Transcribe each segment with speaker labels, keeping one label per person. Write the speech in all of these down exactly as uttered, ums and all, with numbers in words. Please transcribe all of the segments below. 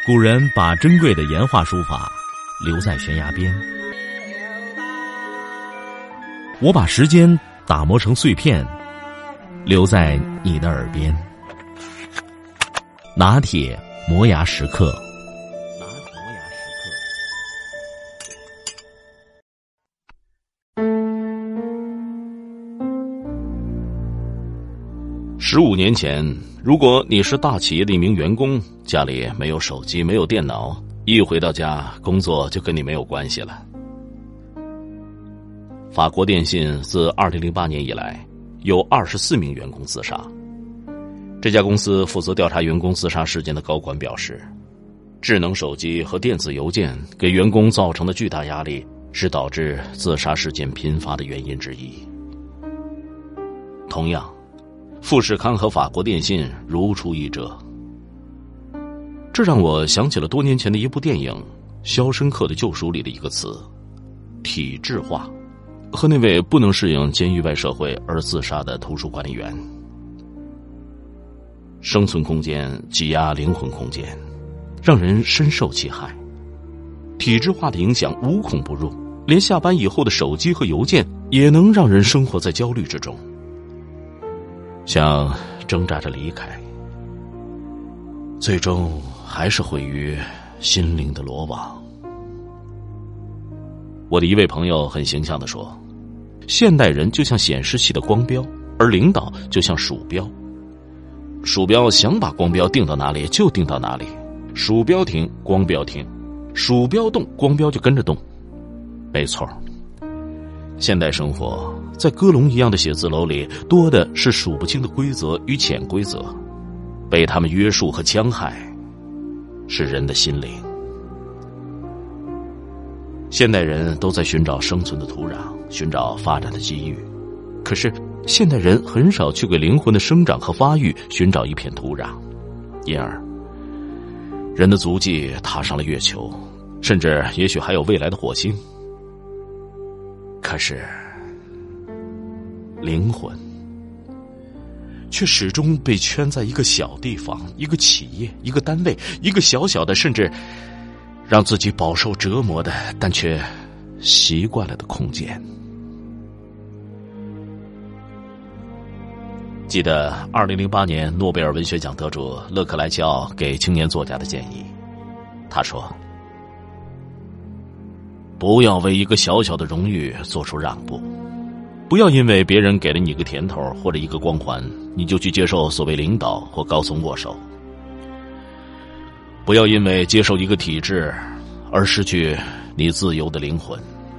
Speaker 1: 古人把珍贵的岩画书法留在悬崖边，我把时间打磨成碎片，留在你的耳边。拿铁磨牙时刻。
Speaker 2: 十五年前，如果你是大企业的一名员工，家里没有手机，没有电脑，一回到家，工作就跟你没有关系了。法国电信自二零零八年以来，有二十四名员工自杀。这家公司负责调查员工自杀事件的高管表示，智能手机和电子邮件给员工造成的巨大压力是导致自杀事件频发的原因之一。同样，富士康和法国电信如出一辙。这让我想起了多年前的一部电影《肖申克的救赎》里的一个词——体制化，和那位不能适应监狱外社会而自杀的图书管理员。生存空间挤压灵魂空间，让人深受其害。体制化的影响无孔不入，连下班以后的手机和邮件也能让人生活在焦虑之中，想挣扎着离开，最终还是毁于心灵的罗网。我的一位朋友很形象地说，现代人就像显示器的光标，而领导就像鼠标。鼠标想把光标定到哪里就定到哪里，鼠标停，光标停，鼠标动，光标就跟着动。没错，现代生活在鸽笼一样的写字楼里，多的是数不清的规则与潜规则，被他们约束和戕害，是人的心灵。现代人都在寻找生存的土壤，寻找发展的机遇，可是现代人很少去给灵魂的生长和发育寻找一片土壤，因而人的足迹踏上了月球，甚至也许还有未来的火星。可是灵魂却始终被圈在一个小地方，一个企业，一个单位，一个小小的，甚至让自己饱受折磨的，但却习惯了的空间。记得二零零八年诺贝尔文学奖得主勒克莱齐奥给青年作家的建议，他说，不要为一个小小的荣誉做出让步，不要因为别人给了你一个甜头或者一个光环，你就去接受所谓领导或高层握手。不要因为接受一个体制而失去你自由的灵魂。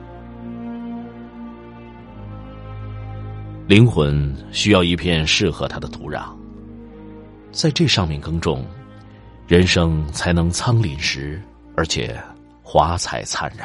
Speaker 2: 灵魂需要一片适合它的土壤，在这上面耕种，人生才能苍廪实，而且华彩灿然。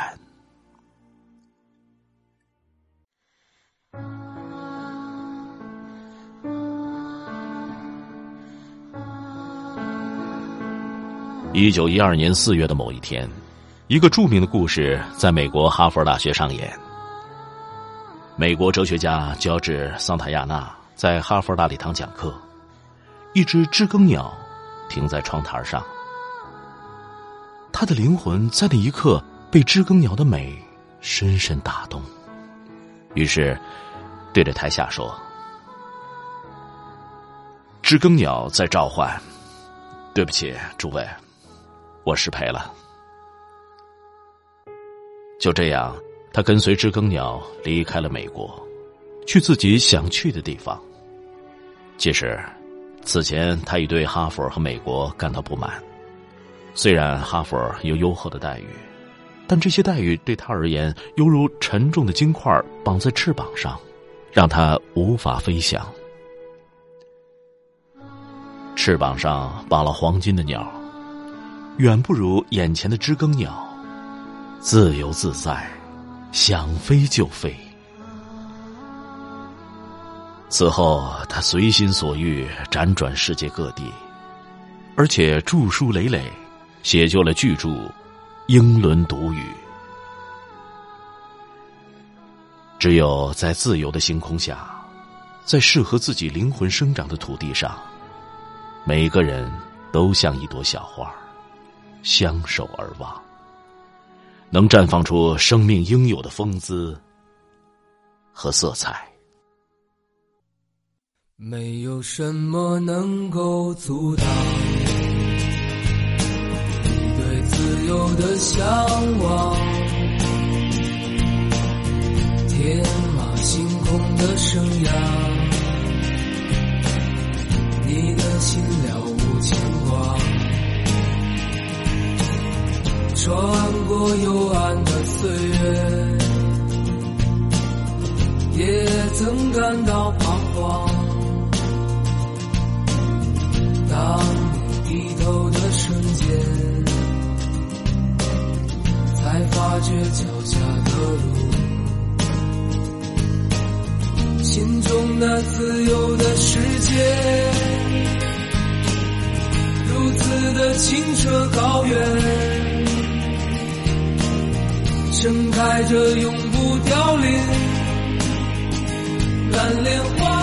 Speaker 2: 一九一二年四月的某一天，一个著名的故事在美国哈佛大学上演。美国哲学家乔治·桑塔亚纳在哈佛大礼堂讲课，一只知更鸟停在窗台上，他的灵魂在那一刻被知更鸟的美深深打动，于是对着台下说，知更鸟在召唤，对不起诸位，我失陪了。就这样，他跟随知更鸟离开了美国，去自己想去的地方。其实此前他已对哈佛和美国感到不满，虽然哈佛有优厚的待遇，但这些待遇对他而言犹如沉重的金块绑在翅膀上，让他无法飞翔。翅膀上绑了黄金的鸟，远不如眼前的知更鸟自由自在，想飞就飞。此后他随心所欲辗转世界各地，而且著书累累，写就了巨著《英伦独语》。只有在自由的星空下，在适合自己灵魂生长的土地上，每个人都像一朵小花， 相守而望，能绽放出生命应有的风姿和色彩。
Speaker 3: 没有什么能够阻挡你对自由的向往，天马行空的生涯，你的心了无牵挂，穿过幽暗的岁月，也曾感到彷徨。当你低头的瞬间，才发觉脚下的路，心中那自由的世界，如此的清澈高远，盛开着永不凋零蓝莲花。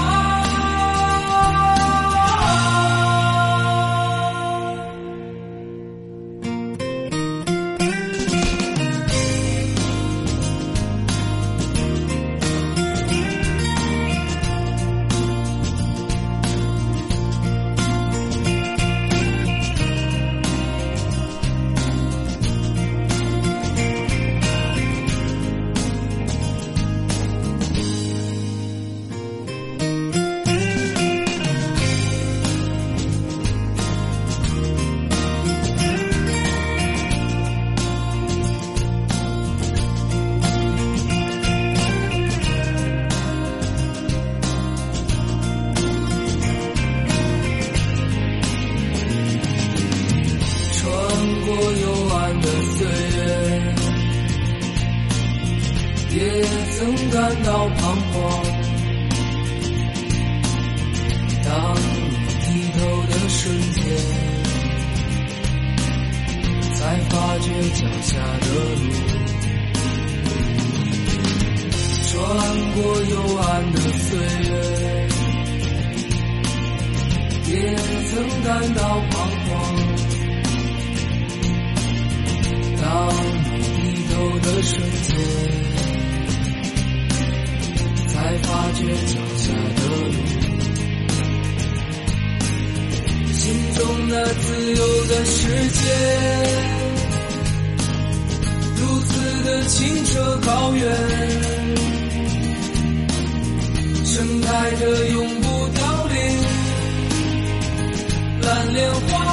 Speaker 3: 也曾感到彷徨，当你低头的瞬间，才发觉脚下的路，穿过幽暗的岁月，也曾感到彷徨，当你低头的瞬间，才发觉脚下的路，心中那自由的世界，如此的清澈高远，盛开着永不凋零蓝莲花。